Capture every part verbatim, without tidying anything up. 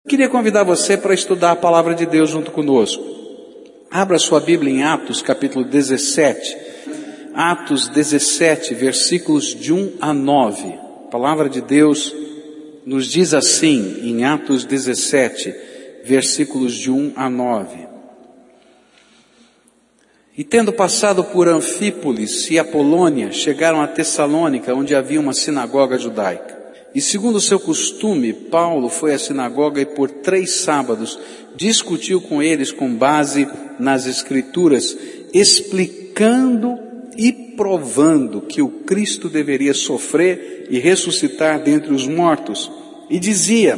Queria convidar você para estudar a palavra de Deus junto conosco. Abra sua Bíblia em Atos, capítulo dezessete. Atos dezessete, versículos de um a nove. A palavra de Deus nos diz assim, em Atos dezessete, versículos de um a nove. E tendo passado por Anfípolis e Apolônia, chegaram a Tessalônica, onde havia uma sinagoga judaica. E segundo o seu costume, Paulo foi à sinagoga e por três sábados discutiu com eles com base nas Escrituras, explicando e provando que o Cristo deveria sofrer e ressuscitar dentre os mortos. E dizia: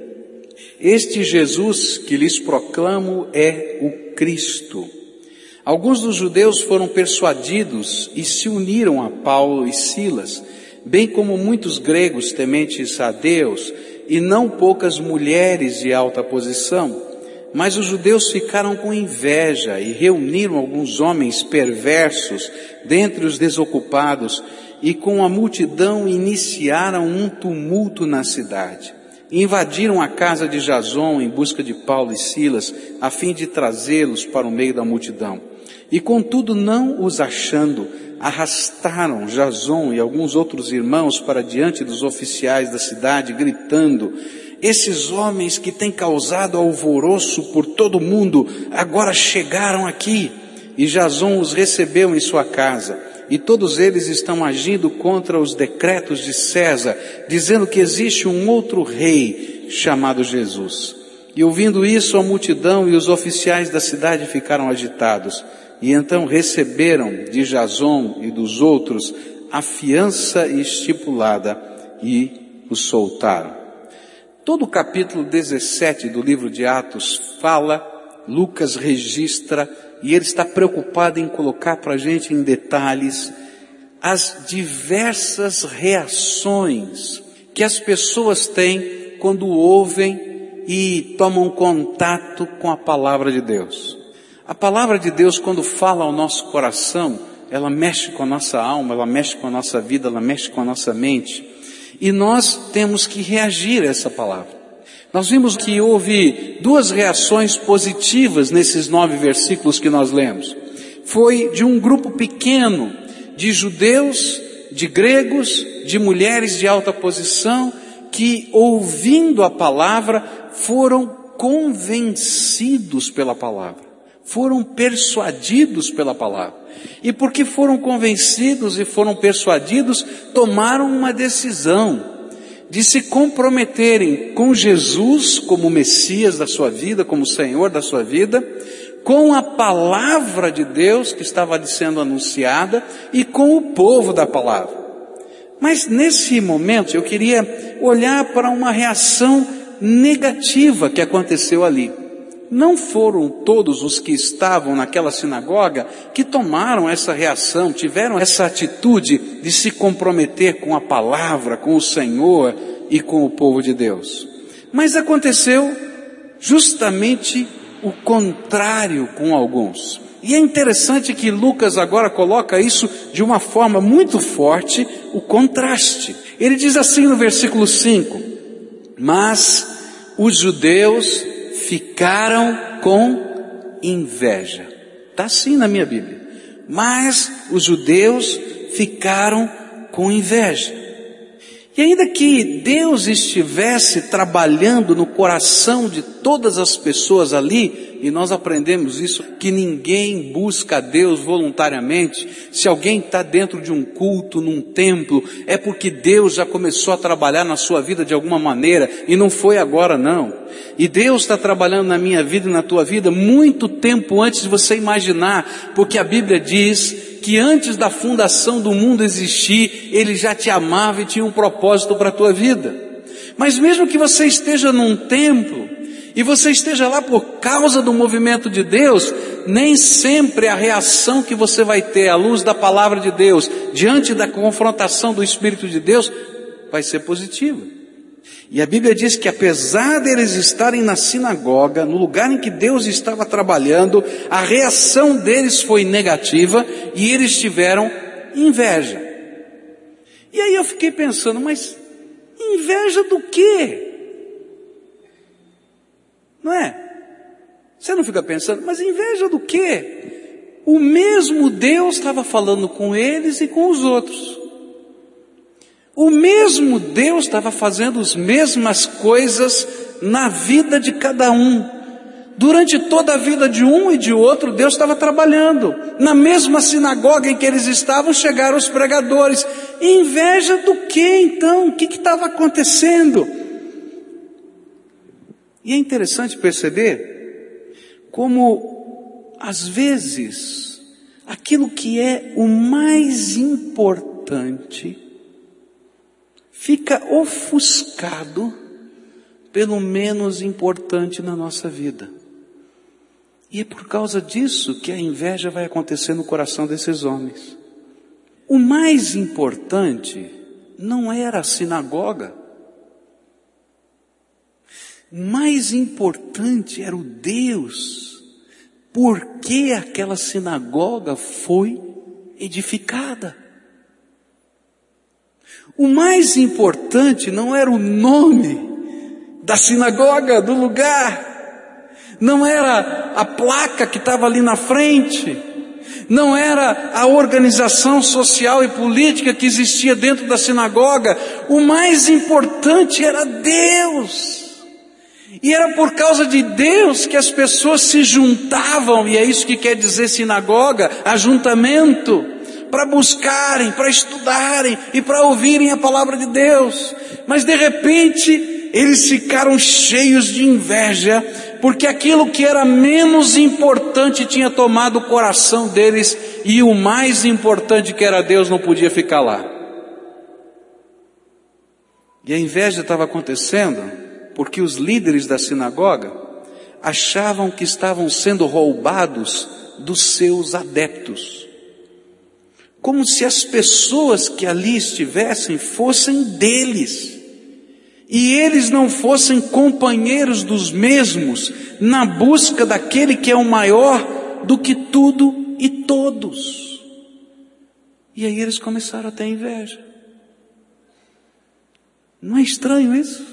este Jesus que lhes proclamo é o Cristo. Alguns dos judeus foram persuadidos e se uniram a Paulo e Silas, bem como muitos gregos tementes a Deus, e não poucas mulheres de alta posição. Mas os judeus ficaram com inveja e reuniram alguns homens perversos dentre os desocupados, e com a multidão iniciaram um tumulto na cidade. Invadiram a casa de Jason em busca de Paulo e Silas, a fim de trazê-los para o meio da multidão. E contudo, não os achando, arrastaram Jason e alguns outros irmãos para diante dos oficiais da cidade, gritando: esses homens que têm causado alvoroço por todo o mundo, agora chegaram aqui. E Jason os recebeu em sua casa, e todos eles estão agindo contra os decretos de César, dizendo que existe um outro rei chamado Jesus. E ouvindo isso, a multidão e os oficiais da cidade ficaram agitados. E então receberam de Jason e dos outros a fiança estipulada e os soltaram. Todo o capítulo dezessete do livro de Atos fala, Lucas registra, e ele está preocupado em colocar para a gente em detalhes as diversas reações que as pessoas têm quando ouvem e tomam contato com a palavra de Deus. A palavra de Deus, quando fala ao nosso coração, ela mexe com a nossa alma, ela mexe com a nossa vida, ela mexe com a nossa mente. E nós temos que reagir a essa palavra. Nós vimos que houve duas reações positivas nesses nove versículos que nós lemos. Foi de um grupo pequeno de judeus, de gregos, de mulheres de alta posição, que ouvindo a palavra foram convencidos pela palavra. Foram persuadidos pela palavra. E porque foram convencidos e foram persuadidos, tomaram uma decisão de se comprometerem com Jesus como Messias da sua vida, como Senhor da sua vida, com a palavra de Deus que estava lhe sendo anunciada e com o povo da palavra. Mas nesse momento eu queria olhar para uma reação negativa que aconteceu ali. Não foram todos os que estavam naquela sinagoga que tomaram essa reação, tiveram essa atitude de se comprometer com a palavra, com o Senhor e com o povo de Deus. Mas aconteceu justamente o contrário com alguns. E é interessante que Lucas agora coloca isso de uma forma muito forte, o contraste. Ele diz assim no versículo cinco: mas os judeus ficaram com inveja. Está assim na minha Bíblia. Mas os judeus ficaram com inveja. E ainda que Deus estivesse trabalhando no coração de todas as pessoas ali, e nós aprendemos isso, que ninguém busca a Deus voluntariamente. Se alguém está dentro de um culto, num templo, é porque Deus já começou a trabalhar na sua vida de alguma maneira, e não foi agora não. E Deus está trabalhando na minha vida e na tua vida muito tempo antes de você imaginar, porque a Bíblia diz que antes da fundação do mundo existir, Ele já te amava e tinha um propósito para a tua vida. Mas mesmo que você esteja num templo, e você esteja lá por causa do movimento de Deus, nem sempre a reação que você vai ter à luz da palavra de Deus, diante da confrontação do Espírito de Deus, vai ser positiva. E a Bíblia diz que apesar deles estarem na sinagoga, no lugar em que Deus estava trabalhando, a reação deles foi negativa e eles tiveram inveja. E aí eu fiquei pensando, mas inveja do quê? Não é? Você não fica pensando, mas inveja do quê? O mesmo Deus estava falando com eles e com os outros. O mesmo Deus estava fazendo as mesmas coisas na vida de cada um. Durante toda a vida de um e de outro, Deus estava trabalhando. Na mesma sinagoga em que eles estavam, chegaram os pregadores. Inveja do quê então? O que estava acontecendo? E é interessante perceber como, às vezes, aquilo que é o mais importante fica ofuscado pelo menos importante na nossa vida. E é por causa disso que a inveja vai acontecer no coração desses homens. O mais importante não era a sinagoga. O mais importante era o Deus, porque aquela sinagoga foi edificada. O mais importante não era o nome da sinagoga, do lugar, não era a placa que estava ali na frente, não era a organização social e política que existia dentro da sinagoga. O mais importante era Deus. E era por causa de Deus que as pessoas se juntavam, e é isso que quer dizer sinagoga, ajuntamento, para buscarem, para estudarem e para ouvirem a palavra de Deus. Mas de repente eles ficaram cheios de inveja, porque aquilo que era menos importante tinha tomado o coração deles, e o mais importante, que era Deus, não podia ficar lá. E a inveja estava acontecendo porque os líderes da sinagoga achavam que estavam sendo roubados dos seus adeptos, como se as pessoas que ali estivessem fossem deles, e eles não fossem companheiros dos mesmos na busca daquele que é o maior do que tudo e todos. E aí eles começaram a ter inveja. Não é estranho isso?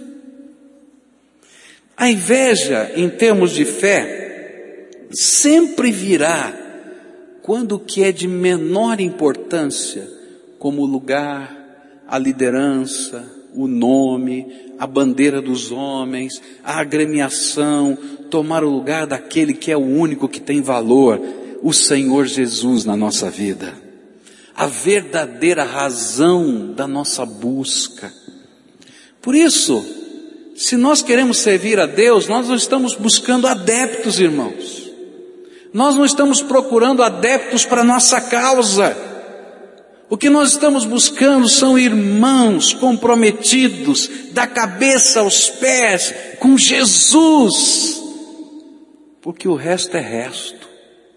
A inveja, em termos de fé, sempre virá quando o que é de menor importância, como o lugar, a liderança, o nome, a bandeira dos homens, a agremiação, tomar o lugar daquele que é o único que tem valor, o Senhor Jesus na nossa vida. A verdadeira razão da nossa busca. Por isso, se nós queremos servir a Deus, nós não estamos buscando adeptos, irmãos. Nós não estamos procurando adeptos para nossa causa. O que nós estamos buscando são irmãos comprometidos, da cabeça aos pés, com Jesus. Porque o resto é resto.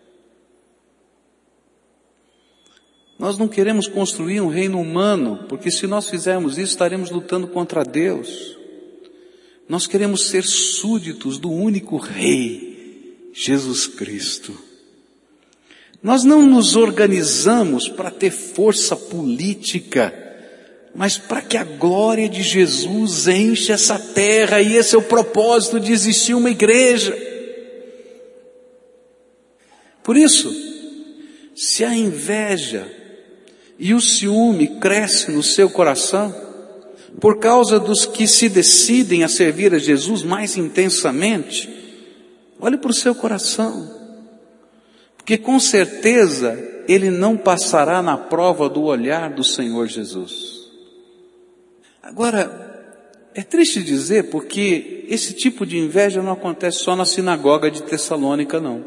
Nós não queremos construir um reino humano, porque se nós fizermos isso, estaremos lutando contra Deus. Nós queremos ser súditos do único Rei, Jesus Cristo. Nós não nos organizamos para ter força política, mas para que a glória de Jesus enche essa terra, e esse é o propósito de existir uma igreja. Por isso, se a inveja e o ciúme crescem no seu coração, por causa dos que se decidem a servir a Jesus mais intensamente, olhe para o seu coração, porque com certeza ele não passará na prova do olhar do Senhor Jesus. Agora, é triste dizer, porque esse tipo de inveja não acontece só na sinagoga de Tessalônica, não.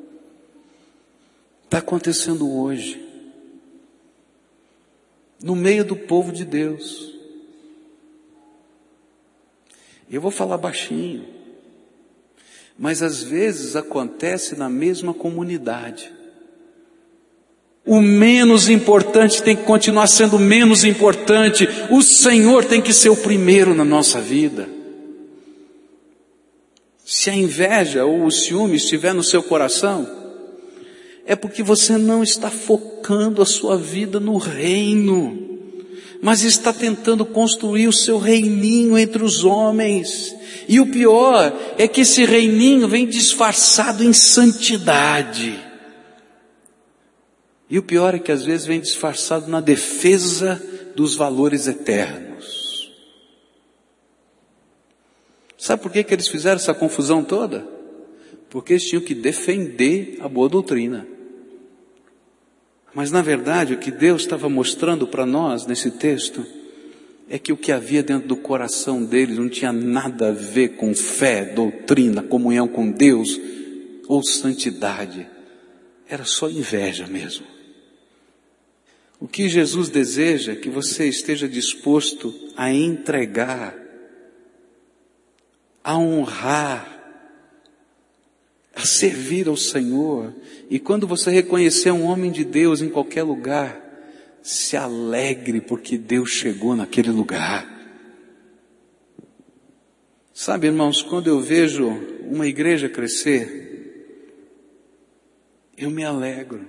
Está acontecendo hoje, no meio do povo de Deus. Eu vou falar baixinho, mas às vezes acontece na mesma comunidade. O menos importante tem que continuar sendo menos importante. O Senhor tem que ser o primeiro na nossa vida. Se a inveja ou o ciúme estiver no seu coração, é porque você não está focando a sua vida no reino. mas está tentando construir o seu reininho entre os homens. E o pior é que esse reininho vem disfarçado em santidade. E o pior é que às vezes vem disfarçado na defesa dos valores eternos. Sabe por que que eles fizeram essa confusão toda? Porque eles tinham que defender a boa doutrina. Mas na verdade o que Deus estava mostrando para nós nesse texto é que o que havia dentro do coração deles não tinha nada a ver com fé, doutrina, comunhão com Deus ou santidade. Era só inveja mesmo. O que Jesus deseja é que você esteja disposto a entregar, a honrar, a servir ao Senhor. E quando você reconhecer um homem de Deus em qualquer lugar, se alegre porque Deus chegou naquele lugar. Sabe, irmãos, quando eu vejo uma igreja crescer, eu me alegro.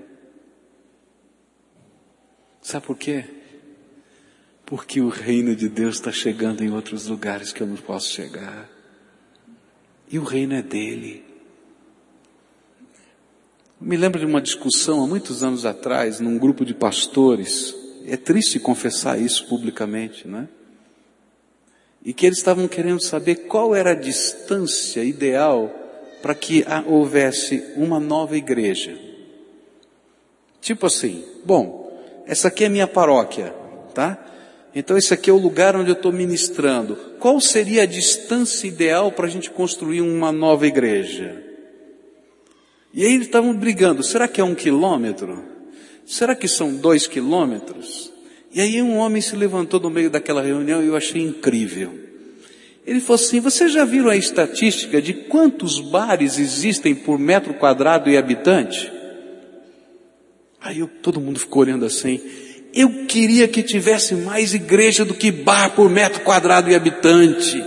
Sabe por quê? Porque o reino de Deus está chegando em outros lugares que eu não posso chegar. E o reino é dele. Me lembro de uma discussão há muitos anos atrás, num grupo de pastores. É triste confessar isso publicamente, não é? E que eles estavam querendo saber qual era a distância ideal para que houvesse uma nova igreja. Tipo assim, bom, essa aqui é a minha paróquia, tá? Então esse aqui é o lugar onde eu estou ministrando. Qual seria a distância ideal para a gente construir uma nova igreja? E aí eles estavam brigando, será que é um quilômetro? Será que são dois quilômetros? E aí um homem se levantou no meio daquela reunião e eu achei incrível. Ele falou assim, vocês já viram a estatística de quantos bares existem por metro quadrado e habitante? Aí eu, todo mundo ficou olhando assim, eu queria que tivesse mais igreja do que bar por metro quadrado e habitante.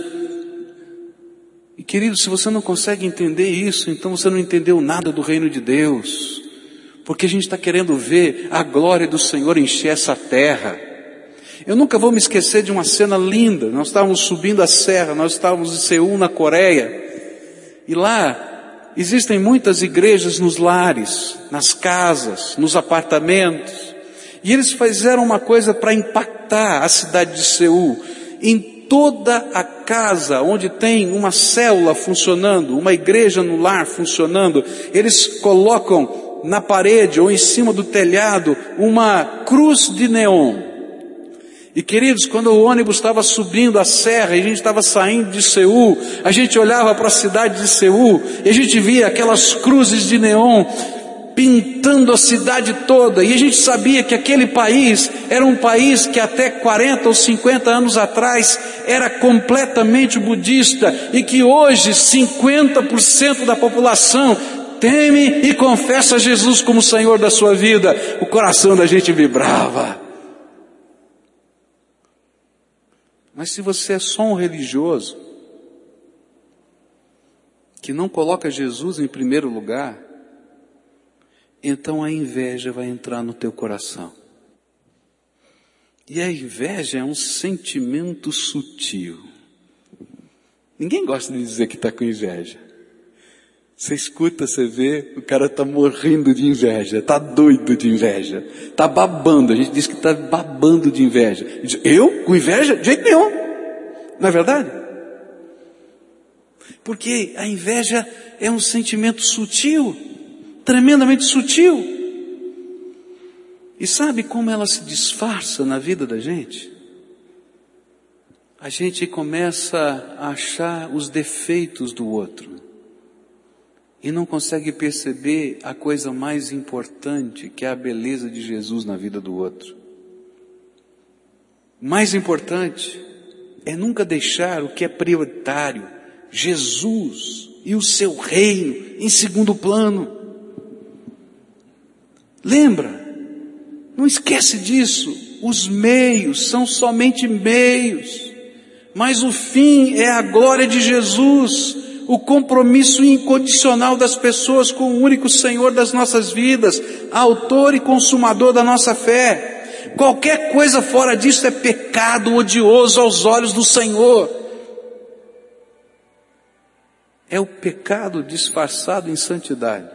E querido, se você não consegue entender isso, então você não entendeu nada do reino de Deus. Porque a gente está querendo ver a glória do Senhor encher essa terra. Eu nunca vou me esquecer de uma cena linda. Nós estávamos subindo a serra, nós estávamos em Seul, na Coreia. E lá existem muitas igrejas nos lares, nas casas, nos apartamentos. E eles fizeram uma coisa para impactar a cidade de Seul. Em toda a casa onde tem uma célula funcionando, uma igreja no lar funcionando, eles colocam na parede ou em cima do telhado uma cruz de neon. E queridos, quando o ônibus estava subindo a serra e a gente estava saindo de Seul, a gente olhava para a cidade de Seul e a gente via aquelas cruzes de neon pintando a cidade toda, e a gente sabia que aquele país era um país que até quarenta ou cinquenta anos atrás era completamente budista, e que hoje cinquenta por cento da população teme e confessa Jesus como Senhor da sua vida. O coração da gente vibrava. Mas se você é só um religioso, que não coloca Jesus em primeiro lugar, então a inveja vai entrar no teu coração. E a inveja é um sentimento sutil. Ninguém gosta de dizer que está com inveja. Você escuta, você vê, o cara está morrendo de inveja, está doido de inveja, está babando. A gente diz que está babando de inveja. Diz, eu? Com inveja? De jeito nenhum. Não é verdade? Porque a inveja é um sentimento sutil, tremendamente sutil. E sabe como ela se disfarça na vida da gente? A gente começa a achar os defeitos do outro e não consegue perceber a coisa mais importante, que é a beleza de Jesus na vida do outro. Mais importante é nunca deixar o que é prioritário, Jesus e o seu reino, em segundo plano. Lembra? Não esquece disso. Os meios são somente meios, mas o fim é a glória de Jesus, o compromisso incondicional das pessoas com o único Senhor das nossas vidas, autor e consumador da nossa fé. Qualquer coisa fora disso é pecado odioso aos olhos do Senhor. É o pecado disfarçado em santidade.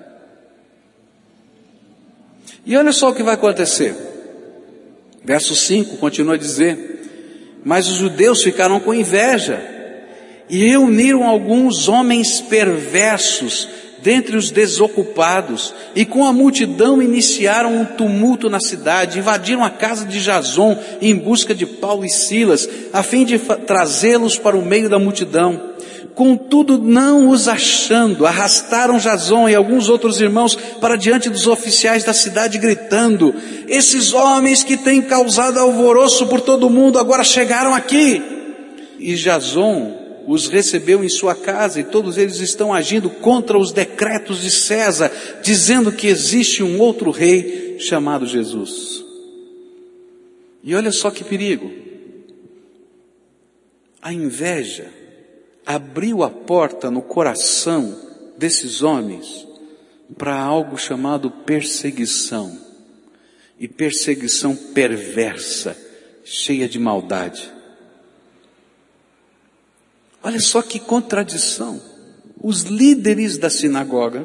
E olha só o que vai acontecer. Verso cinco continua a dizer: mas os judeus ficaram com inveja e reuniram alguns homens perversos dentre os desocupados, e com a multidão iniciaram um tumulto na cidade, invadiram a casa de Jason em busca de Paulo e Silas, a fim de trazê-los para o meio da multidão. Contudo, não os achando, arrastaram Jason e alguns outros irmãos para diante dos oficiais da cidade, gritando: esses homens que têm causado alvoroço por todo o mundo agora chegaram aqui. E Jason os recebeu em sua casa, e todos eles estão agindo contra os decretos de César, dizendo que existe um outro rei chamado Jesus. E olha só que perigo. A inveja abriu a porta no coração desses homens para algo chamado perseguição, e perseguição perversa, cheia de maldade. Olha só que contradição. Os líderes da sinagoga,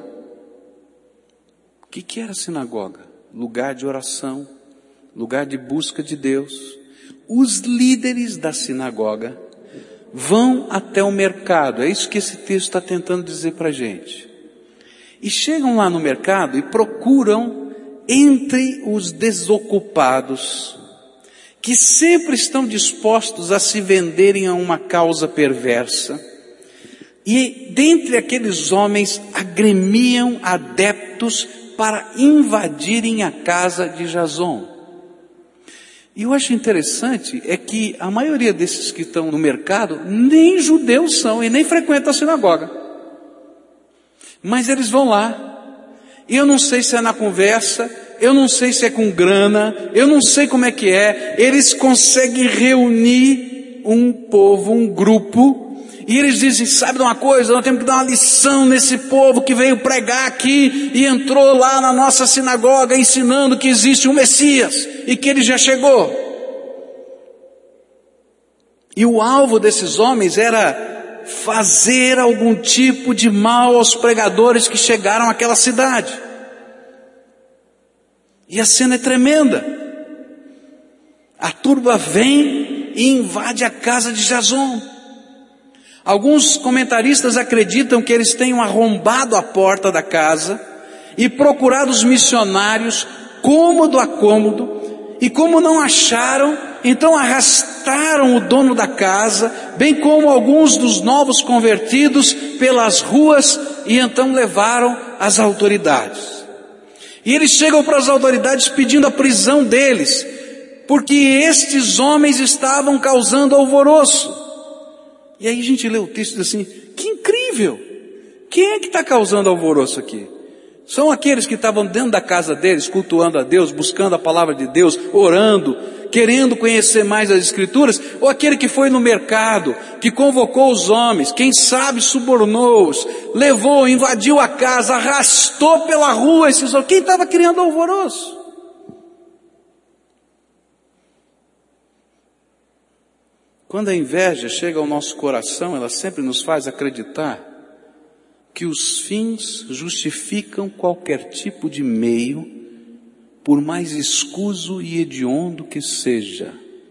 o que, que era a sinagoga? Lugar de oração, lugar de busca de Deus. Os líderes da sinagoga vão até o mercado, é isso que esse texto está tentando dizer para a gente. E chegam lá no mercado e procuram entre os desocupados, que sempre estão dispostos a se venderem a uma causa perversa, e dentre aqueles homens agremiam adeptos para invadirem a casa de Jason. E eu acho interessante é que a maioria desses que estão no mercado nem judeus são e nem frequentam a sinagoga. Mas eles vão lá. E eu não sei se é na conversa, eu não sei se é com grana, eu não sei como é que é. Eles conseguem reunir um povo, um grupo, e eles dizem: sabe de uma coisa, nós temos que dar uma lição nesse povo que veio pregar aqui e entrou lá na nossa sinagoga ensinando que existe um Messias e que ele já chegou. E o alvo desses homens era fazer algum tipo de mal aos pregadores que chegaram àquela cidade. E a cena é tremenda. A turba vem e invade a casa de Jason. Alguns comentaristas acreditam que eles tenham arrombado a porta da casa e procurado os missionários cômodo a cômodo, e como não acharam, então arrastaram o dono da casa, bem como alguns dos novos convertidos pelas ruas, e então levaram às autoridades. E eles chegam para as autoridades pedindo a prisão deles, porque estes homens estavam causando alvoroço. E aí a gente lê o texto e diz assim: que incrível! Quem é que está causando alvoroço aqui? São aqueles que estavam dentro da casa deles, cultuando a Deus, buscando a palavra de Deus, orando, querendo conhecer mais as Escrituras? Ou aquele que foi no mercado, que convocou os homens, quem sabe subornou-os, levou, invadiu a casa, arrastou pela rua esses homens? Quem estava criando alvoroço? Quando a inveja chega ao nosso coração, ela sempre nos faz acreditar que os fins justificam qualquer tipo de meio, por mais escuso e hediondo que seja.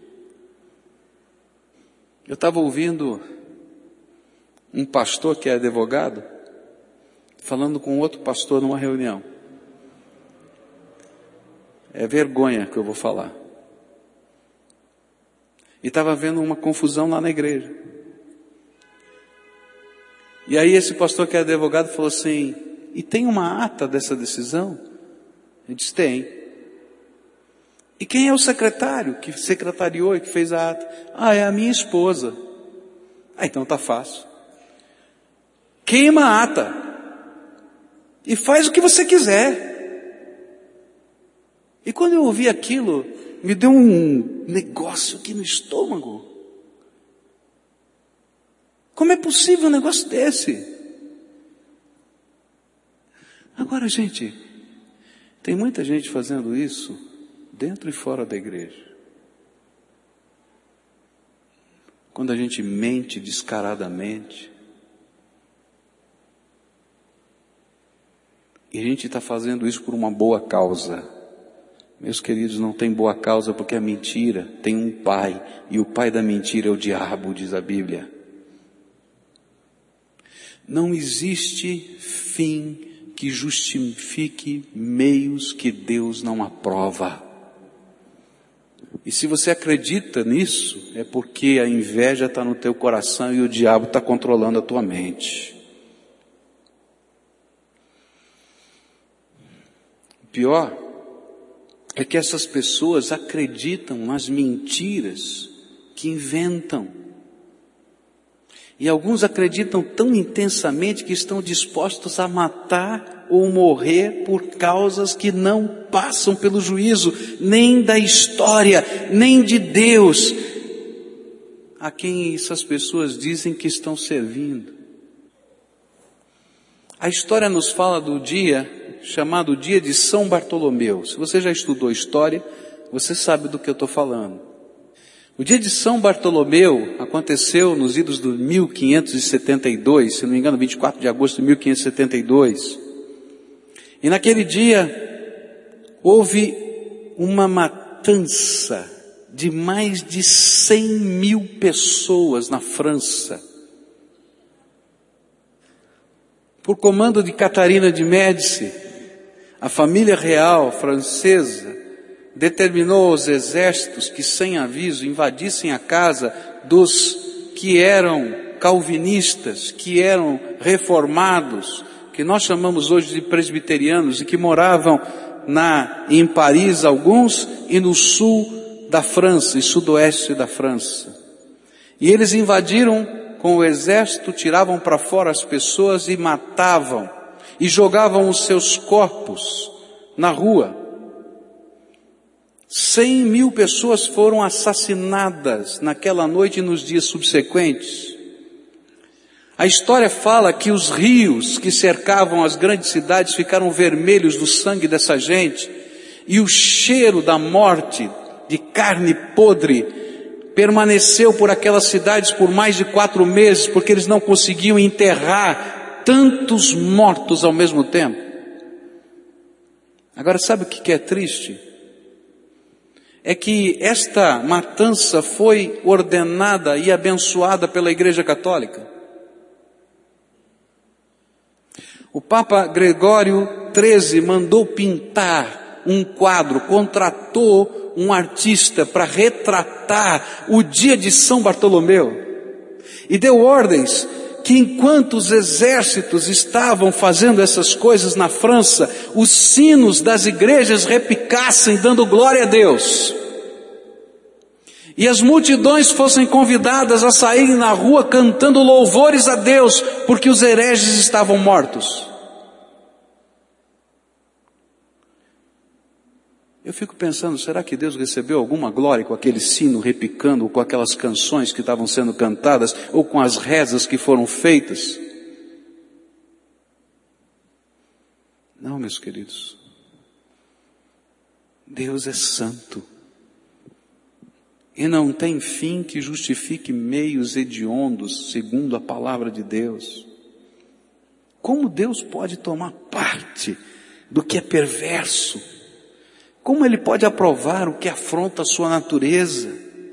Eu estava ouvindo um pastor que é advogado, falando com outro pastor numa reunião. É vergonha que eu vou falar. E estava havendo uma confusão lá na igreja. E aí esse pastor que é advogado falou assim: e tem uma ata dessa decisão? Ele disse: tem. E quem é o secretário que secretariou e que fez a ata? Ah, é a minha esposa. Ah, então tá fácil. Queima a ata. E faz o que você quiser. E quando eu ouvi aquilo, me deu um negócio aqui no estômago. Como é possível um negócio desse? Agora, gente, tem muita gente fazendo isso dentro e fora da igreja. Quando a gente mente descaradamente, e a gente está fazendo isso por uma boa causa. Meus queridos, não tem boa causa, porque a mentira tem um pai, e o pai da mentira é o diabo, diz a Bíblia. Não existe fim que justifique meios que Deus não aprova. E se você acredita nisso, é porque a inveja está no teu coração e o diabo está controlando a tua mente. O pior é que essas pessoas acreditam nas mentiras que inventam. E alguns acreditam tão intensamente que estão dispostos a matar ou morrer por causas que não passam pelo juízo, nem da história, nem de Deus, a quem essas pessoas dizem que estão servindo. A história nos fala do dia chamado dia de São Bartolomeu. Se você já estudou história, você sabe do que eu estou falando. O dia de São Bartolomeu aconteceu nos idos de mil quinhentos e setenta e dois, se não me engano, vinte e quatro de agosto de mil quinhentos e setenta e dois. E naquele dia houve uma matança de mais de cem mil pessoas na França, por comando de Catarina de Médici. A família real francesa determinou aos exércitos que, sem aviso, invadissem a casa dos que eram calvinistas, que eram reformados, que nós chamamos hoje de presbiterianos, e que moravam na, em Paris alguns, e no sul da França, e sudoeste da França. E eles invadiram com o exército, tiravam para fora as pessoas e matavam, e jogavam os seus corpos na rua. Cem mil pessoas foram assassinadas naquela noite e nos dias subsequentes. A história fala que os rios que cercavam as grandes cidades ficaram vermelhos do sangue dessa gente, e o cheiro da morte, de carne podre, permaneceu por aquelas cidades por mais de quatro meses, porque eles não conseguiam enterrar tantos mortos ao mesmo tempo. Agora, sabe o que é triste? É que esta matança foi ordenada e abençoada pela Igreja Católica. O Papa Gregório treze mandou pintar um quadro, contratou um artista para retratar o dia de São Bartolomeu, e deu ordens que, enquanto os exércitos estavam fazendo essas coisas na França, os sinos das igrejas repicassem, dando glória a Deus, e as multidões fossem convidadas a saírem na rua cantando louvores a Deus, porque os hereges estavam mortos. Eu fico pensando, será que Deus recebeu alguma glória com aquele sino repicando, ou com aquelas canções que estavam sendo cantadas, ou com as rezas que foram feitas? Não, meus queridos. Deus é santo. E não tem fim que justifique meios hediondos, segundo a palavra de Deus. Como Deus pode tomar parte do que é perverso? Como Ele pode aprovar o que afronta a sua natureza?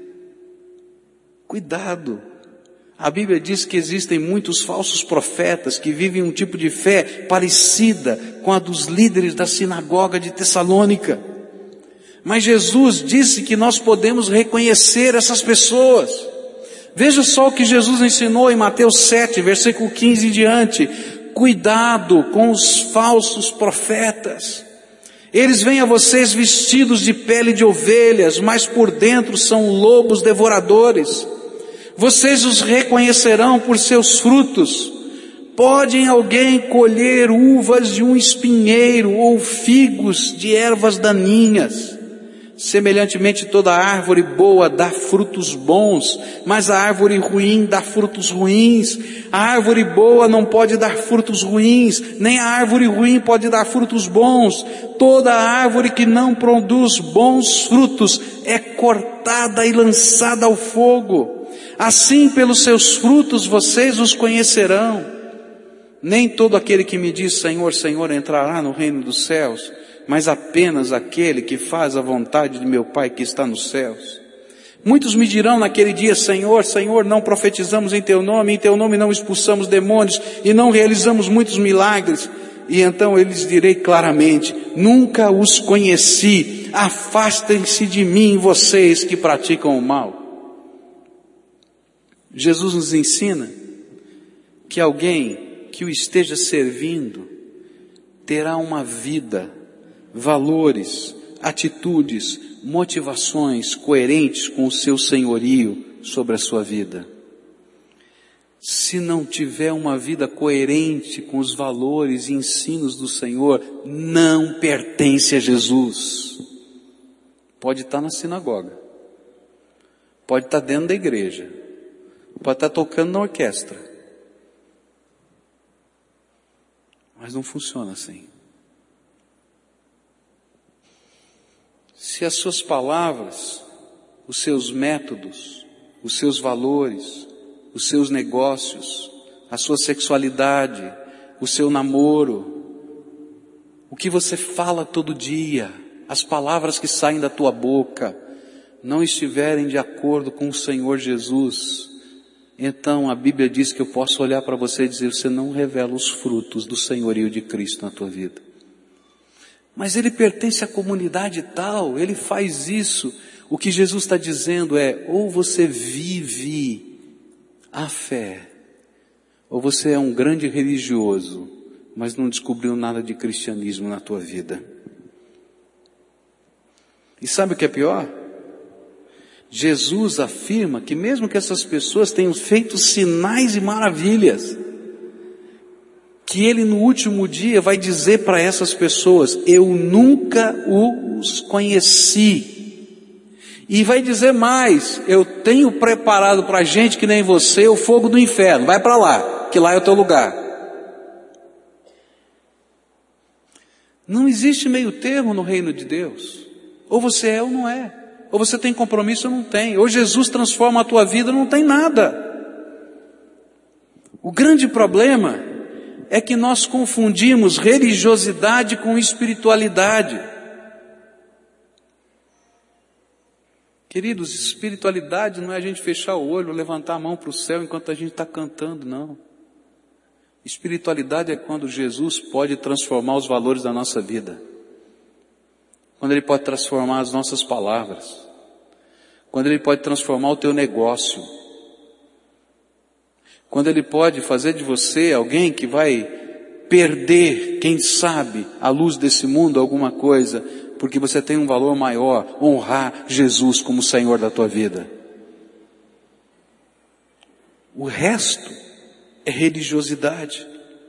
Cuidado. A Bíblia diz que existem muitos falsos profetas que vivem um tipo de fé parecida com a dos líderes da sinagoga de Tessalônica. Mas Jesus disse que nós podemos reconhecer essas pessoas. Veja só o que Jesus ensinou em Mateus sete, versículo quinze em diante. Cuidado com os falsos profetas. Eles vêm a vocês vestidos de pele de ovelhas, mas por dentro são lobos devoradores. Vocês os reconhecerão por seus frutos. Pode alguém colher uvas de um espinheiro ou figos de ervas daninhas? Semelhantemente, toda árvore boa dá frutos bons, mas a árvore ruim dá frutos ruins. A árvore boa não pode dar frutos ruins, nem a árvore ruim pode dar frutos bons. Toda árvore que não produz bons frutos é cortada e lançada ao fogo. Assim, pelos seus frutos vocês os conhecerão. Nem todo aquele que me diz Senhor, Senhor entrará no reino dos céus, mas apenas aquele que faz a vontade de meu Pai que está nos céus. Muitos me dirão naquele dia, Senhor, Senhor, não profetizamos em Teu nome, em Teu nome não expulsamos demônios e não realizamos muitos milagres. E então eu lhes direi claramente, nunca os conheci, afastem-se de mim vocês que praticam o mal. Jesus nos ensina que alguém que o esteja servindo terá uma vida, valores, atitudes, motivações coerentes com o seu senhorio sobre a sua vida. Se não tiver uma vida coerente com os valores e ensinos do Senhor, não pertence a Jesus. Pode estar na sinagoga, pode estar dentro da igreja, pode estar tocando na orquestra, mas não funciona assim. Se as suas palavras, os seus métodos, os seus valores, os seus negócios, a sua sexualidade, o seu namoro, o que você fala todo dia, as palavras que saem da tua boca, não estiverem de acordo com o Senhor Jesus, então a Bíblia diz que eu posso olhar para você e dizer, você não revela os frutos do senhorio de Cristo na tua vida. Mas ele pertence à comunidade tal, ele faz isso. O que Jesus está dizendo é, ou você vive a fé, ou você é um grande religioso, mas não descobriu nada de cristianismo na tua vida. E sabe o que é pior? Jesus afirma que mesmo que essas pessoas tenham feito sinais e maravilhas, que ele no último dia vai dizer para essas pessoas, eu nunca os conheci. E vai dizer mais, eu tenho preparado para gente que nem você o fogo do inferno, vai para lá, que lá é o teu lugar. Não existe meio termo no reino de Deus. Ou você é ou não é. Ou você tem compromisso ou não tem. Ou Jesus transforma a tua vida ou não tem nada. O grande problema é que nós confundimos religiosidade com espiritualidade. Queridos, espiritualidade não é a gente fechar o olho, levantar a mão para o céu enquanto a gente está cantando, não. Espiritualidade é quando Jesus pode transformar os valores da nossa vida. Quando Ele pode transformar as nossas palavras. Quando Ele pode transformar o teu negócio. Quando Ele pode fazer de você alguém que vai perder, quem sabe, à luz desse mundo alguma coisa, porque você tem um valor maior, honrar Jesus como Senhor da tua vida. O resto é religiosidade.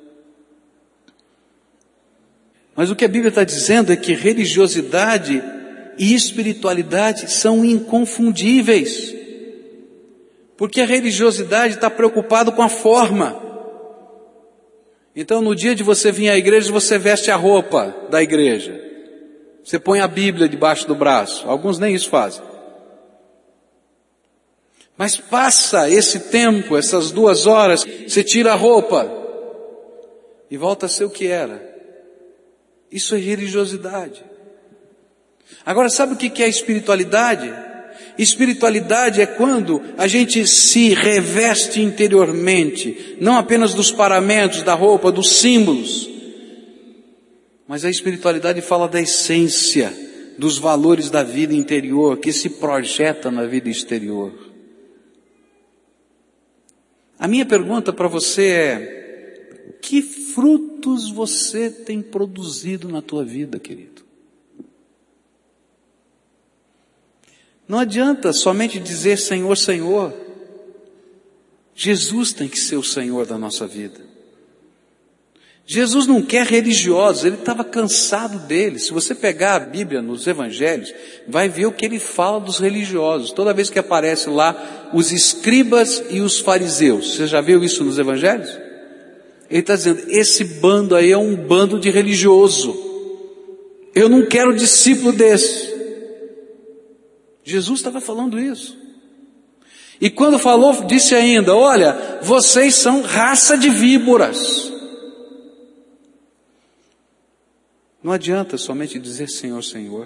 Mas o que a Bíblia está dizendo é que religiosidade e espiritualidade são inconfundíveis. Porque a religiosidade está preocupada com a forma. Então no dia de você vir à igreja, você veste a roupa da igreja. Você põe a Bíblia debaixo do braço. Alguns nem isso fazem. Mas passa esse tempo, essas duas horas, você tira a roupa e volta a ser o que era. Isso é religiosidade. Agora sabe o que é espiritualidade? Espiritualidade é quando a gente se reveste interiormente, não apenas dos paramentos, da roupa, dos símbolos, mas a espiritualidade fala da essência, dos valores da vida interior, que se projeta na vida exterior. A minha pergunta para você é, que frutos você tem produzido na tua vida, querido? Não adianta somente dizer Senhor, Senhor. Jesus tem que ser o Senhor da nossa vida. Jesus não quer religiosos, ele estava cansado deles. Se você pegar a Bíblia nos evangelhos, vai ver o que ele fala dos religiosos. Toda vez que aparece lá os escribas e os fariseus, você já viu isso nos evangelhos? Ele está dizendo, esse bando aí é um bando de religioso. Eu não quero discípulo desse. Jesus estava falando isso. E quando falou, disse ainda, olha, vocês são raça de víboras. Não adianta somente dizer Senhor, Senhor.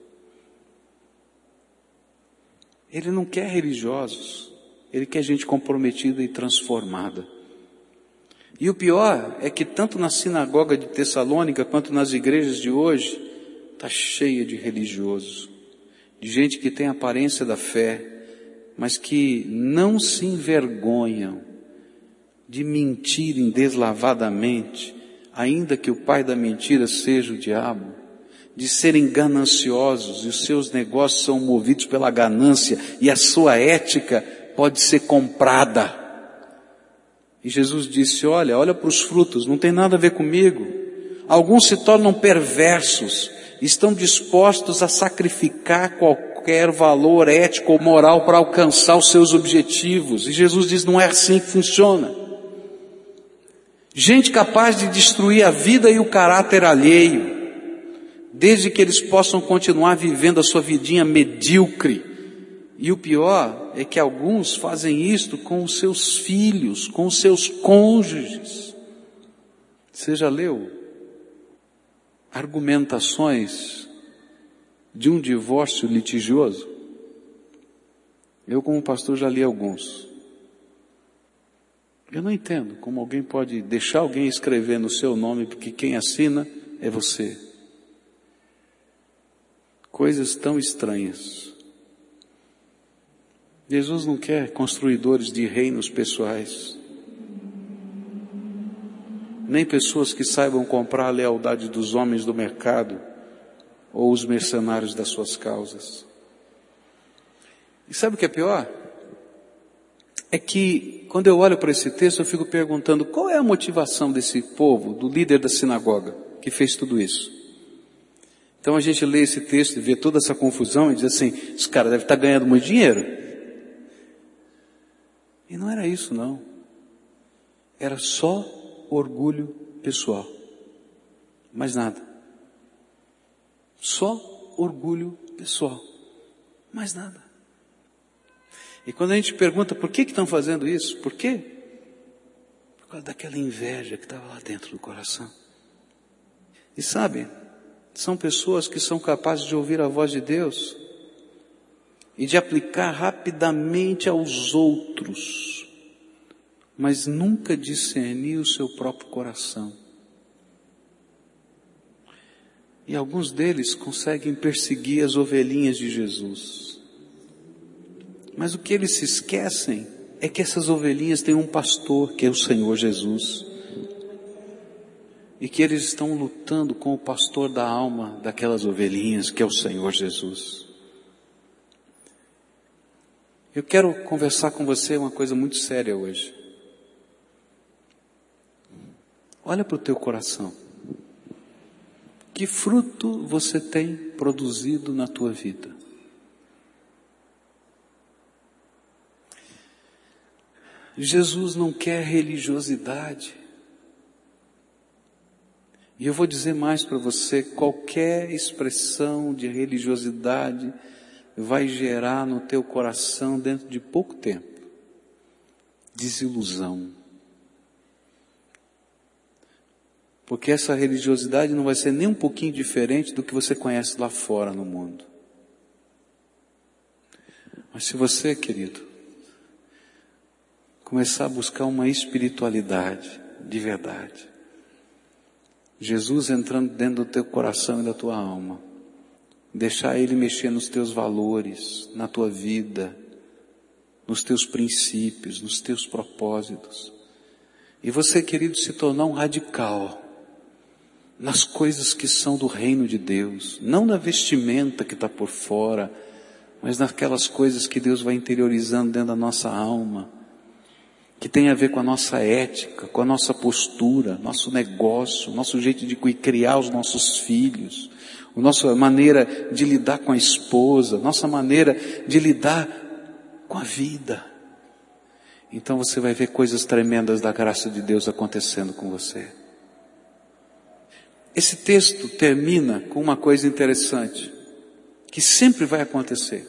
Ele não quer religiosos. Ele quer gente comprometida e transformada. E o pior é que tanto na sinagoga de Tessalônica quanto nas igrejas de hoje, está cheia de religiosos. De gente que tem a aparência da fé, mas que não se envergonham de mentirem deslavadamente, ainda que o pai da mentira seja o diabo, de serem gananciosos, e os seus negócios são movidos pela ganância, e a sua ética pode ser comprada. E Jesus disse, olha, olha para os frutos, não tem nada a ver comigo. Alguns se tornam perversos, estão dispostos a sacrificar qualquer valor ético ou moral para alcançar os seus objetivos. E Jesus diz, não é assim que funciona. Gente capaz de destruir a vida e o caráter alheio, desde que eles possam continuar vivendo a sua vidinha medíocre. E o pior é que alguns fazem isto com os seus filhos, com os seus cônjuges. Você já leu argumentações de um divórcio litigioso? Eu, como pastor, já li alguns. Eu não entendo como alguém pode deixar alguém escrever no seu nome, porque quem assina é você. Coisas tão estranhas. Jesus não quer construidores de reinos pessoais, nem pessoas que saibam comprar a lealdade dos homens do mercado ou os mercenários das suas causas. E sabe o que é pior? É que quando eu olho para esse texto eu fico perguntando qual é a motivação desse povo, do líder da sinagoga que fez tudo isso. Então a gente lê esse texto e vê toda essa confusão e diz assim, esse cara deve estar ganhando muito dinheiro. E não era isso não. Era só orgulho pessoal. Mais nada. Só orgulho pessoal. Mais nada. E quando a gente pergunta por que que estão fazendo isso? Por quê? Por causa daquela inveja que estava lá dentro do coração. E sabe, são pessoas que são capazes de ouvir a voz de Deus e de aplicar rapidamente aos outros, mas nunca discernir o seu próprio coração. E alguns deles conseguem perseguir as ovelhinhas de Jesus. Mas o que eles se esquecem é que essas ovelhinhas têm um pastor, que é o Senhor Jesus. E que eles estão lutando com o pastor da alma daquelas ovelhinhas, que é o Senhor Jesus. Eu quero conversar com você uma coisa muito séria hoje. Olha para o teu coração. Que fruto você tem produzido na tua vida? Jesus não quer religiosidade. E eu vou dizer mais para você, qualquer expressão de religiosidade vai gerar no teu coração, dentro de pouco tempo, desilusão. Porque essa religiosidade não vai ser nem um pouquinho diferente do que você conhece lá fora no mundo. Mas se você, querido, começar a buscar uma espiritualidade de verdade, Jesus entrando dentro do teu coração e da tua alma, deixar Ele mexer nos teus valores, na tua vida, nos teus princípios, nos teus propósitos. E você, querido, se tornar um radical nas coisas que são do reino de Deus, não na vestimenta que está por fora, mas naquelas coisas que Deus vai interiorizando dentro da nossa alma. que tem a ver com a nossa ética, com a nossa postura, nosso negócio, nosso jeito de criar os nossos filhos, a nossa maneira de lidar com a esposa, nossa maneira de lidar com a vida. Então você vai ver coisas tremendas da graça de Deus acontecendo com você. Esse texto termina com uma coisa interessante, que sempre vai acontecer.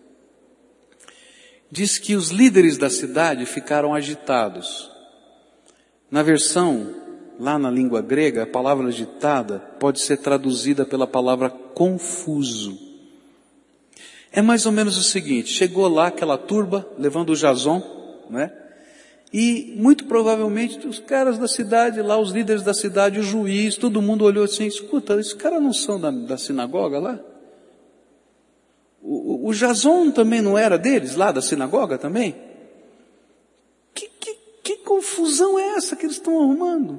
Diz que os líderes da cidade ficaram agitados. Na versão, lá na língua grega, a palavra agitada pode ser traduzida pela palavra confuso. É mais ou menos o seguinte: chegou lá aquela turba, levando o Jason, né? E muito provavelmente os caras da cidade, lá os líderes da cidade, o juiz, todo mundo olhou assim: escuta, esses caras não são da, da sinagoga lá? O, o Jason também não era deles, lá da sinagoga também? Que, que, que confusão é essa que eles estão arrumando?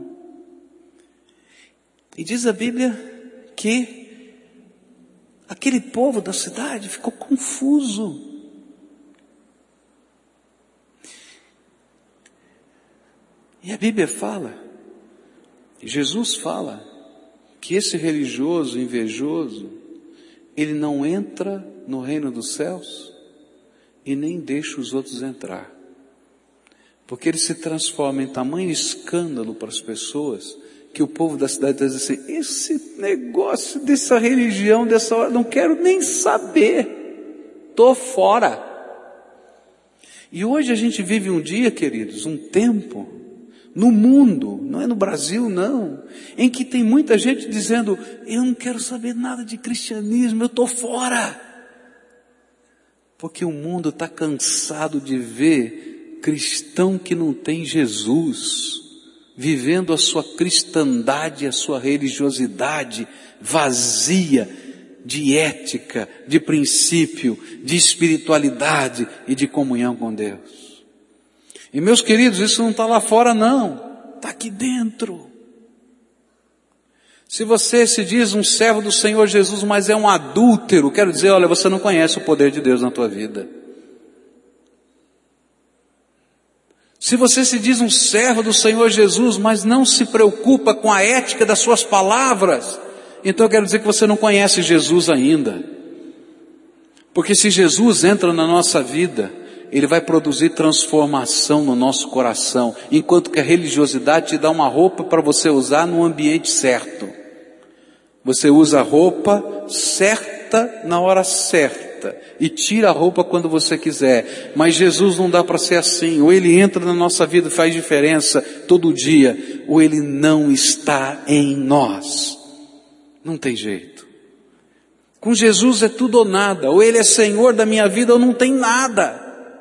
E diz a Bíblia que aquele povo da cidade ficou confuso. E a Bíblia fala, Jesus fala, que esse religioso invejoso, ele não entra no reino dos céus e nem deixa os outros entrar. Porque ele se transforma em tamanho escândalo para as pessoas, que o povo da cidade diz assim: esse negócio dessa religião, dessa hora, não quero nem saber, estou fora. E hoje a gente vive um dia, queridos, um tempo, no mundo, não é no Brasil não, em que tem muita gente dizendo: eu não quero saber nada de cristianismo, eu estou fora. Porque o mundo está cansado de ver cristão que não tem Jesus, vivendo a sua cristandade, a sua religiosidade vazia de ética, de princípio, de espiritualidade e de comunhão com Deus. E meus queridos, isso não está lá fora não, está aqui dentro. Se você se diz um servo do Senhor Jesus, mas é um adúltero, quero dizer, olha, você não conhece o poder de Deus na tua vida. Se você se diz um servo do Senhor Jesus, mas não se preocupa com a ética das suas palavras, então eu quero dizer que você não conhece Jesus ainda. Porque se Jesus entra na nossa vida, Ele vai produzir transformação no nosso coração, enquanto que a religiosidade te dá uma roupa para você usar no ambiente certo. Você usa a roupa certa na hora certa e tira a roupa quando você quiser. Mas Jesus não dá para ser assim. Ou Ele entra na nossa vida e faz diferença todo dia, ou Ele não está em nós. Não tem jeito. Com Jesus é tudo ou nada. Ou Ele é Senhor da minha vida ou não tem nada.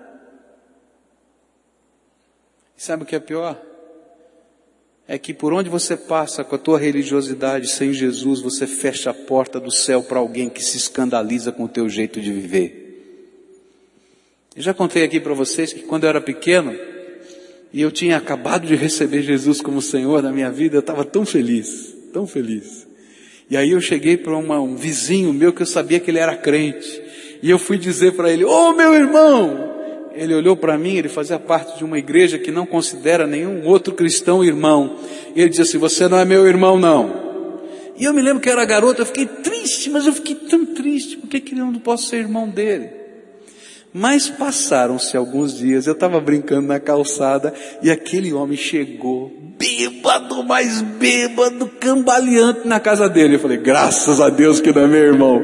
Sabe o que é pior? É que por onde você passa com a tua religiosidade sem Jesus, você fecha a porta do céu para alguém que se escandaliza com o teu jeito de viver. Eu já contei aqui para vocês que quando eu era pequeno, e eu tinha acabado de receber Jesus como Senhor na minha vida, eu estava tão feliz, tão feliz. E aí eu cheguei para um vizinho meu que eu sabia que ele era crente, e eu fui dizer para ele: ô meu irmão! Ele olhou para mim, ele fazia parte de uma igreja que não considera nenhum outro cristão irmão. E ele disse assim: você não é meu irmão não. E eu me lembro que eu era garoto, eu fiquei triste, mas eu fiquei tão triste, porque que eu não posso ser irmão dele? Mas passaram-se alguns dias, eu estava brincando na calçada, e aquele homem chegou, bêbado, mais bêbado, cambaleante na casa dele. Eu falei: graças a Deus que não é meu irmão.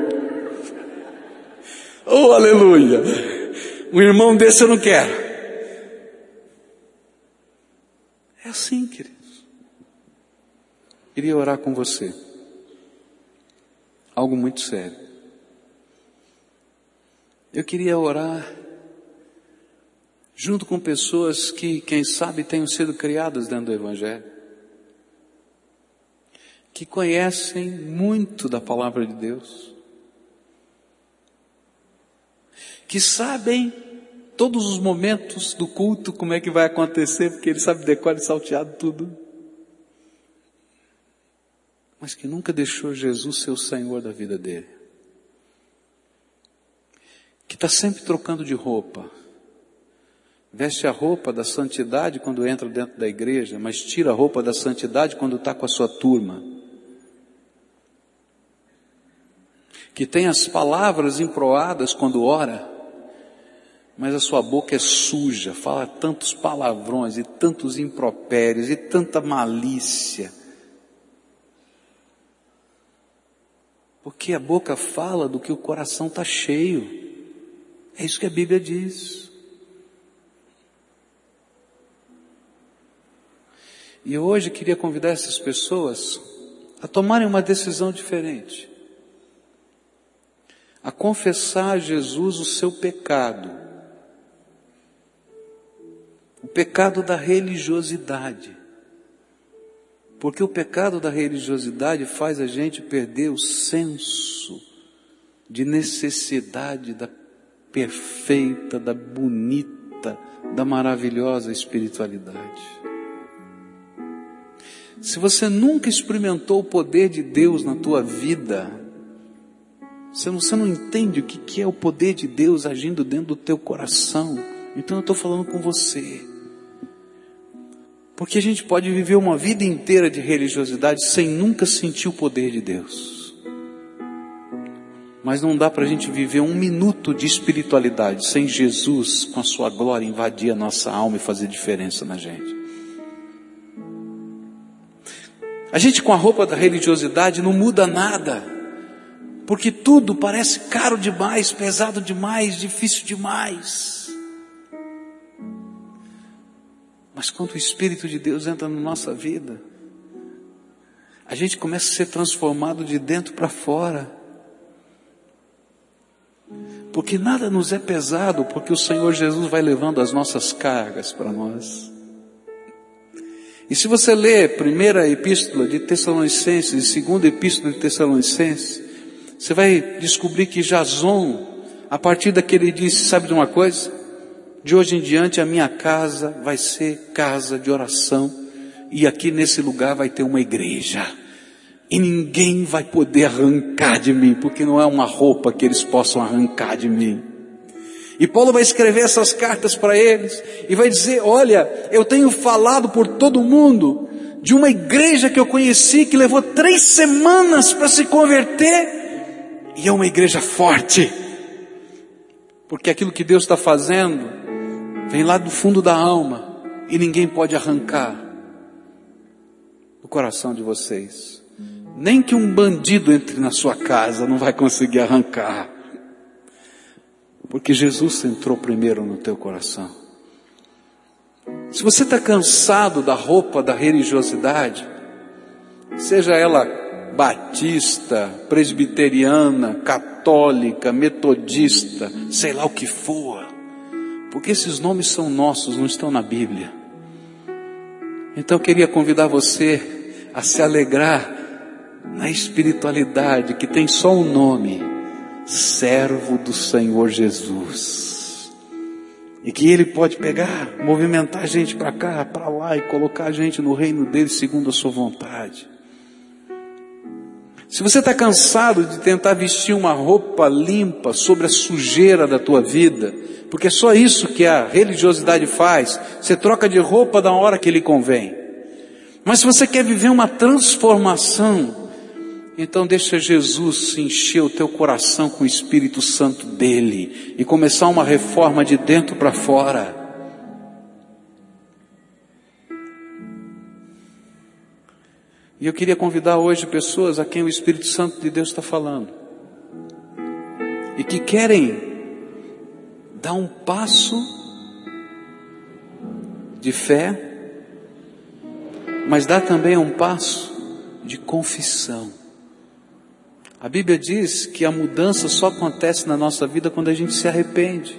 Oh, aleluia! Um irmão desse eu não quero. É assim, queridos. Queria orar com você. Algo muito sério. Eu queria orar junto com pessoas que, quem sabe, tenham sido criadas dentro do Evangelho. Que conhecem muito da palavra de Deus. Que sabem todos os momentos do culto, como é que vai acontecer, porque ele sabe decorar e salteado tudo. Mas que nunca deixou Jesus ser o Senhor da vida dele. Que está sempre trocando de roupa. Veste a roupa da santidade quando entra dentro da igreja, mas tira a roupa da santidade quando está com a sua turma. Que tem as palavras emproadas quando ora, mas a sua boca é suja, fala tantos palavrões e tantos impropérios e tanta malícia. Porque a boca fala do que o coração está cheio. É isso que a Bíblia diz. E hoje eu queria convidar essas pessoas a tomarem uma decisão diferente. A confessar a Jesus o seu pecado. O pecado da religiosidade. Porque o pecado da religiosidade faz a gente perder o senso de necessidade da perfeita, da bonita, da maravilhosa espiritualidade. Se você nunca experimentou o poder de Deus na tua vida, você não, você não entende o que, que é o poder de Deus agindo dentro do teu coração. Então eu estou falando com você. Porque a gente pode viver uma vida inteira de religiosidade sem nunca sentir o poder de Deus. Mas não dá para a gente viver um minuto de espiritualidade sem Jesus com a sua glória invadir a nossa alma e fazer diferença na gente. A gente com a roupa da religiosidade não muda nada, porque tudo parece caro demais, pesado demais, difícil demais. Mas quando o Espírito de Deus entra na nossa vida, a gente começa a ser transformado de dentro para fora. Porque nada nos é pesado, porque o Senhor Jesus vai levando as nossas cargas para nós. E se você ler primeira epístola de Tessalonicenses e segunda epístola de Tessalonicenses, você vai descobrir que Jason, a partir daquele disse, sabe de uma coisa? De hoje em diante a minha casa vai ser casa de oração, e aqui nesse lugar vai ter uma igreja. E ninguém vai poder arrancar de mim, porque não é uma roupa que eles possam arrancar de mim. E Paulo vai escrever essas cartas para eles, e vai dizer, olha, eu tenho falado por todo mundo, de uma igreja que eu conheci, que levou três semanas para se converter, e é uma igreja forte, porque aquilo que Deus está fazendo, vem lá do fundo da alma, e ninguém pode arrancar do coração de vocês. Nem que um bandido entre na sua casa não vai conseguir arrancar. Porque Jesus entrou primeiro no teu coração. Se você está cansado da roupa da religiosidade, seja ela batista, presbiteriana, católica, metodista, sei lá o que for, porque esses nomes são nossos, não estão na Bíblia. Então eu queria convidar você a se alegrar na espiritualidade que tem só um nome: servo do Senhor Jesus. E que Ele pode pegar, movimentar a gente para cá, para lá e colocar a gente no reino dele segundo a sua vontade. Se você está cansado de tentar vestir uma roupa limpa sobre a sujeira da tua vida, porque é só isso que a religiosidade faz, você troca de roupa da hora que lhe convém. Mas se você quer viver uma transformação, então deixa Jesus encher o teu coração com o Espírito Santo dele e começar uma reforma de dentro para fora. E eu queria convidar hoje pessoas a quem o Espírito Santo de Deus está falando e que querem dar um passo de fé, mas dar também um passo de confissão. A Bíblia diz que a mudança só acontece na nossa vida quando a gente se arrepende.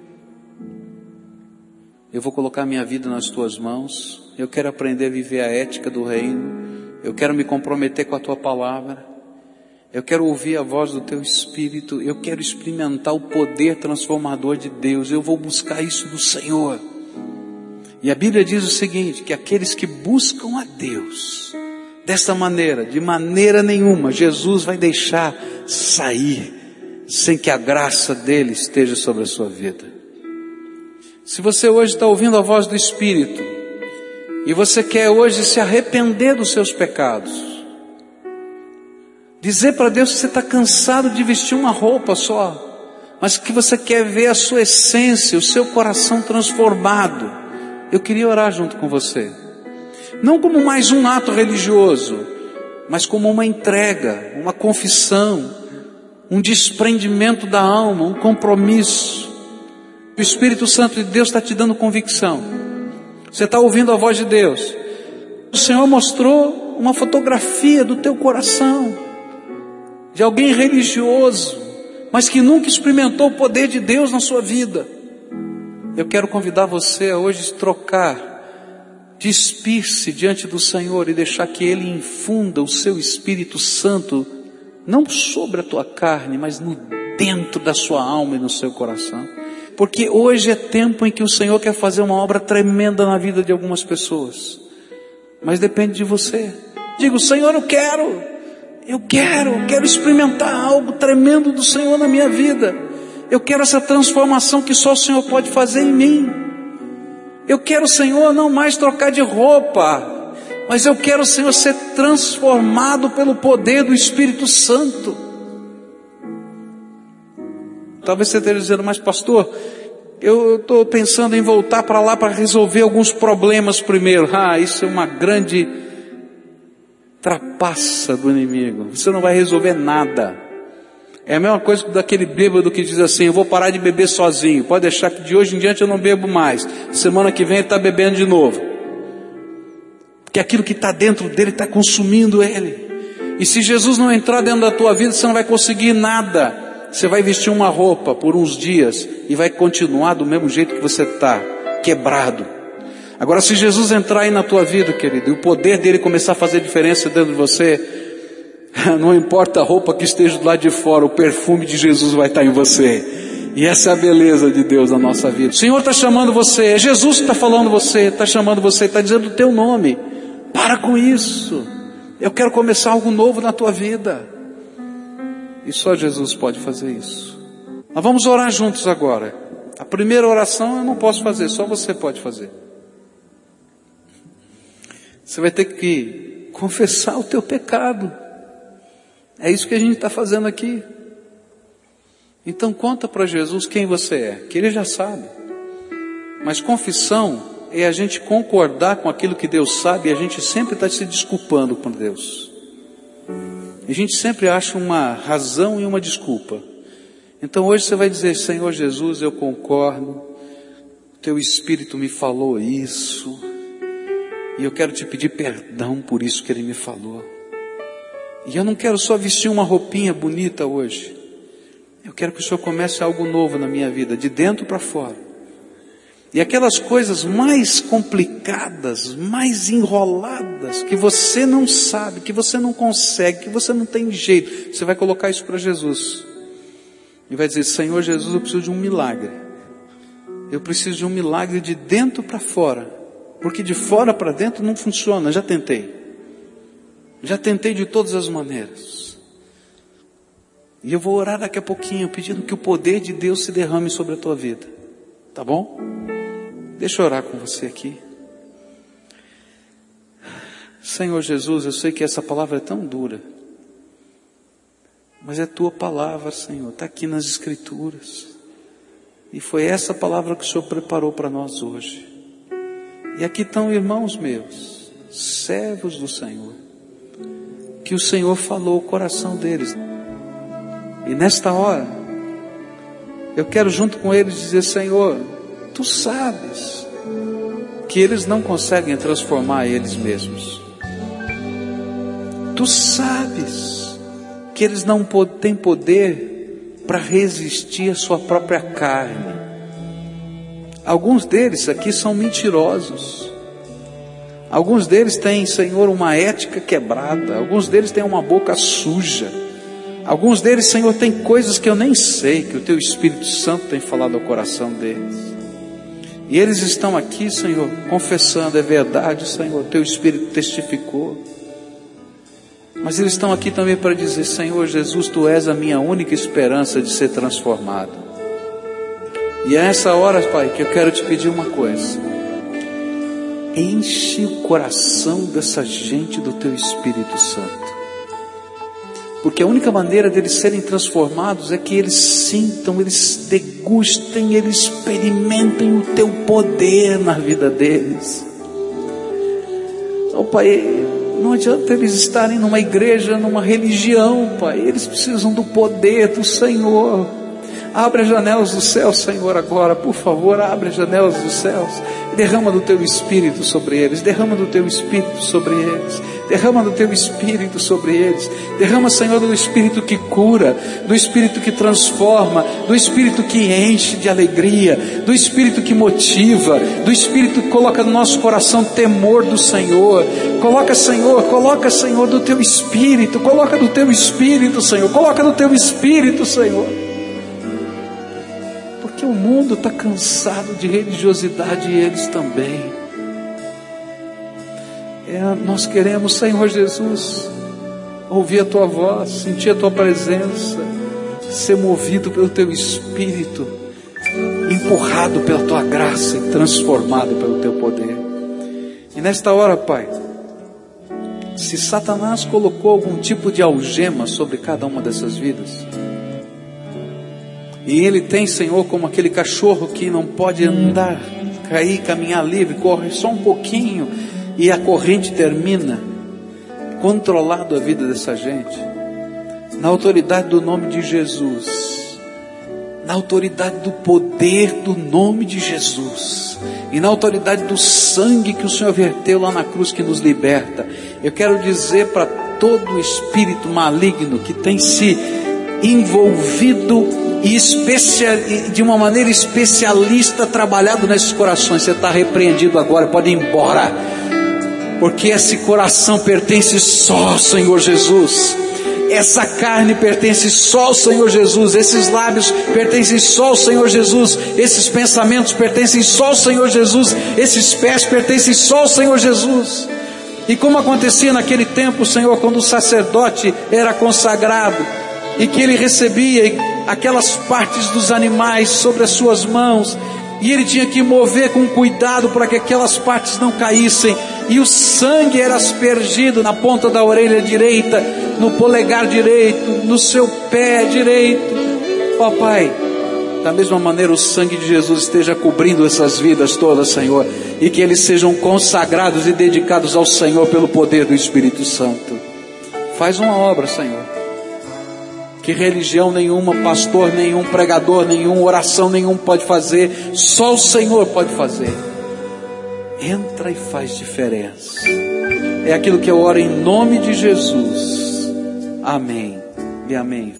Eu vou colocar minha vida nas tuas mãos, eu quero aprender a viver a ética do reino, eu quero me comprometer com a tua palavra, eu quero ouvir a voz do teu Espírito, eu quero experimentar o poder transformador de Deus, eu vou buscar isso do Senhor. E a Bíblia diz o seguinte, que aqueles que buscam a Deus desta maneira, de maneira nenhuma, Jesus vai deixar sair sem que a graça dele esteja sobre a sua vida. Se você hoje está ouvindo a voz do Espírito, e você quer hoje se arrepender dos seus pecados, dizer para Deus que você está cansado de vestir uma roupa só, mas que você quer ver a sua essência, o seu coração transformado, eu queria orar junto com você. Não como mais um ato religioso, mas como uma entrega, uma confissão, um desprendimento da alma, um compromisso. O Espírito Santo de Deus está te dando convicção. Você está ouvindo a voz de Deus. O Senhor mostrou uma fotografia do teu coração, de alguém religioso, mas que nunca experimentou o poder de Deus na sua vida. Eu quero convidar você a hoje trocar, despir-se diante do Senhor e deixar que Ele infunda o seu Espírito Santo, não sobre a tua carne, mas no dentro da sua alma e no seu coração. Porque hoje é tempo em que o Senhor quer fazer uma obra tremenda na vida de algumas pessoas. Mas depende de você. Diga: Senhor, eu quero, eu quero, eu quero experimentar algo tremendo do Senhor na minha vida. Eu quero essa transformação que só o Senhor pode fazer em mim. Eu quero, Senhor, não mais trocar de roupa, mas eu quero, Senhor, ser transformado pelo poder do Espírito Santo. Talvez você esteja dizendo: mas pastor, eu estou pensando em voltar para lá para resolver alguns problemas primeiro. Ah, isso é uma grande trapaça do inimigo. Você não vai resolver nada. É a mesma coisa daquele bêbado que diz assim: eu vou parar de beber sozinho. Pode deixar que de hoje em diante eu não bebo mais. Semana que vem ele está bebendo de novo. Porque aquilo que está dentro dele está consumindo ele. E se Jesus não entrar dentro da tua vida, você não vai conseguir nada. Você vai vestir uma roupa por uns dias e vai continuar do mesmo jeito que você está, quebrado. Agora, se Jesus entrar aí na tua vida, querido, e o poder dele começar a fazer diferença dentro de você, não importa a roupa que esteja do lado de fora, o perfume de Jesus vai estar em você. E essa é a beleza de Deus na nossa vida. O Senhor está chamando você, é Jesus que está falando você, está chamando você, está dizendo o teu nome. Para com isso. Eu quero começar algo novo na tua vida. E só Jesus pode fazer isso. Nós vamos orar juntos agora. A primeira oração eu não posso fazer, só você pode fazer. Você vai ter que confessar o teu pecado. É isso que a gente está fazendo aqui. Então conta para Jesus quem você é, que Ele já sabe. Mas confissão é a gente concordar com aquilo que Deus sabe, e a gente sempre está se desculpando com Deus. A gente sempre acha uma razão e uma desculpa. Então hoje você vai dizer: Senhor Jesus, eu concordo, teu Espírito me falou isso, e eu quero te pedir perdão por isso que Ele me falou. E eu não quero só vestir uma roupinha bonita hoje. Eu quero que o Senhor comece algo novo na minha vida, de dentro para fora. E aquelas coisas mais complicadas, mais enroladas, que você não sabe, que você não consegue, que você não tem jeito, você vai colocar isso para Jesus. E vai dizer: Senhor Jesus, eu preciso de um milagre. Eu preciso de um milagre de dentro para fora. Porque de fora para dentro não funciona, já tentei. Já tentei de todas as maneiras. E eu vou orar daqui a pouquinho, pedindo que o poder de Deus se derrame sobre a tua vida. Tá bom? Deixa eu orar com você aqui. Senhor Jesus, eu sei que essa palavra é tão dura, mas é tua palavra, Senhor, está aqui nas Escrituras. E foi essa palavra que o Senhor preparou para nós hoje. E aqui estão irmãos meus, servos do Senhor, que o Senhor falou o coração deles. E nesta hora, eu quero junto com eles dizer: Senhor, Tu sabes que eles não conseguem transformar eles mesmos. Tu sabes que eles não têm poder para resistir à sua própria carne. Alguns deles aqui são mentirosos. Alguns deles têm, Senhor, uma ética quebrada. Alguns deles têm uma boca suja. Alguns deles, Senhor, têm coisas que eu nem sei, que o Teu Espírito Santo tem falado ao coração deles. E eles estão aqui, Senhor, confessando: é verdade, Senhor, Teu Espírito testificou. Mas eles estão aqui também para dizer: Senhor Jesus, Tu és a minha única esperança de ser transformado. E é essa hora, Pai, que eu quero te pedir uma coisa. Enche o coração dessa gente do Teu Espírito Santo. Porque a única maneira deles serem transformados é que eles sintam, eles degustem, eles experimentem o Teu poder na vida deles. Oh, Pai, não adianta eles estarem numa igreja, numa religião, Pai. Eles precisam do poder do Senhor. Abre as janelas do céu, Senhor, agora, por favor, abre as janelas dos céus. Derrama do Teu Espírito sobre eles, derrama do Teu Espírito sobre eles, derrama do Teu Espírito sobre eles, derrama, Senhor, do Espírito que cura, do Espírito que transforma, do Espírito que enche de alegria, do Espírito que motiva, do Espírito que coloca no nosso coração temor do Senhor. Coloca, Senhor, coloca, Senhor, do Teu Espírito, coloca do Teu Espírito, Senhor, coloca do Teu Espírito, Senhor. Porque o mundo está cansado de religiosidade e eles também. É, nós queremos, Senhor Jesus, ouvir a Tua voz, sentir a Tua presença, ser movido pelo Teu Espírito, empurrado pela Tua graça e transformado pelo Teu poder. E nesta hora, Pai, se Satanás colocou algum tipo de algema sobre cada uma dessas vidas, e ele tem, Senhor, como aquele cachorro que não pode andar, cair, caminhar livre, corre só um pouquinho e a corrente termina, controlado a vida dessa gente, na autoridade do nome de Jesus, na autoridade do poder do nome de Jesus, e na autoridade do sangue que o Senhor verteu lá na cruz que nos liberta, eu quero dizer para todo espírito maligno que tem se envolvido e especial, de uma maneira especialista trabalhado nesses corações, você está repreendido agora, pode ir embora, porque esse coração pertence só ao Senhor Jesus, essa carne pertence só ao Senhor Jesus, esses lábios pertencem só ao Senhor Jesus, esses pensamentos pertencem só ao Senhor Jesus, esses pés pertencem só ao Senhor Jesus. E como acontecia naquele tempo, Senhor, quando o sacerdote era consagrado e que ele recebia aquelas partes dos animais sobre as suas mãos, e ele tinha que mover com cuidado para que aquelas partes não caíssem, e o sangue era aspergido na ponta da orelha direita, no polegar direito, no seu pé direito. Ó Pai, da mesma maneira o sangue de Jesus esteja cobrindo essas vidas todas, Senhor, e que eles sejam consagrados e dedicados ao Senhor pelo poder do Espírito Santo. Faz uma obra, Senhor, que religião nenhuma, pastor nenhum, pregador nenhum, oração nenhum pode fazer, só o Senhor pode fazer. Entra e faz diferença. É aquilo que eu oro em nome de Jesus. Amém e amém.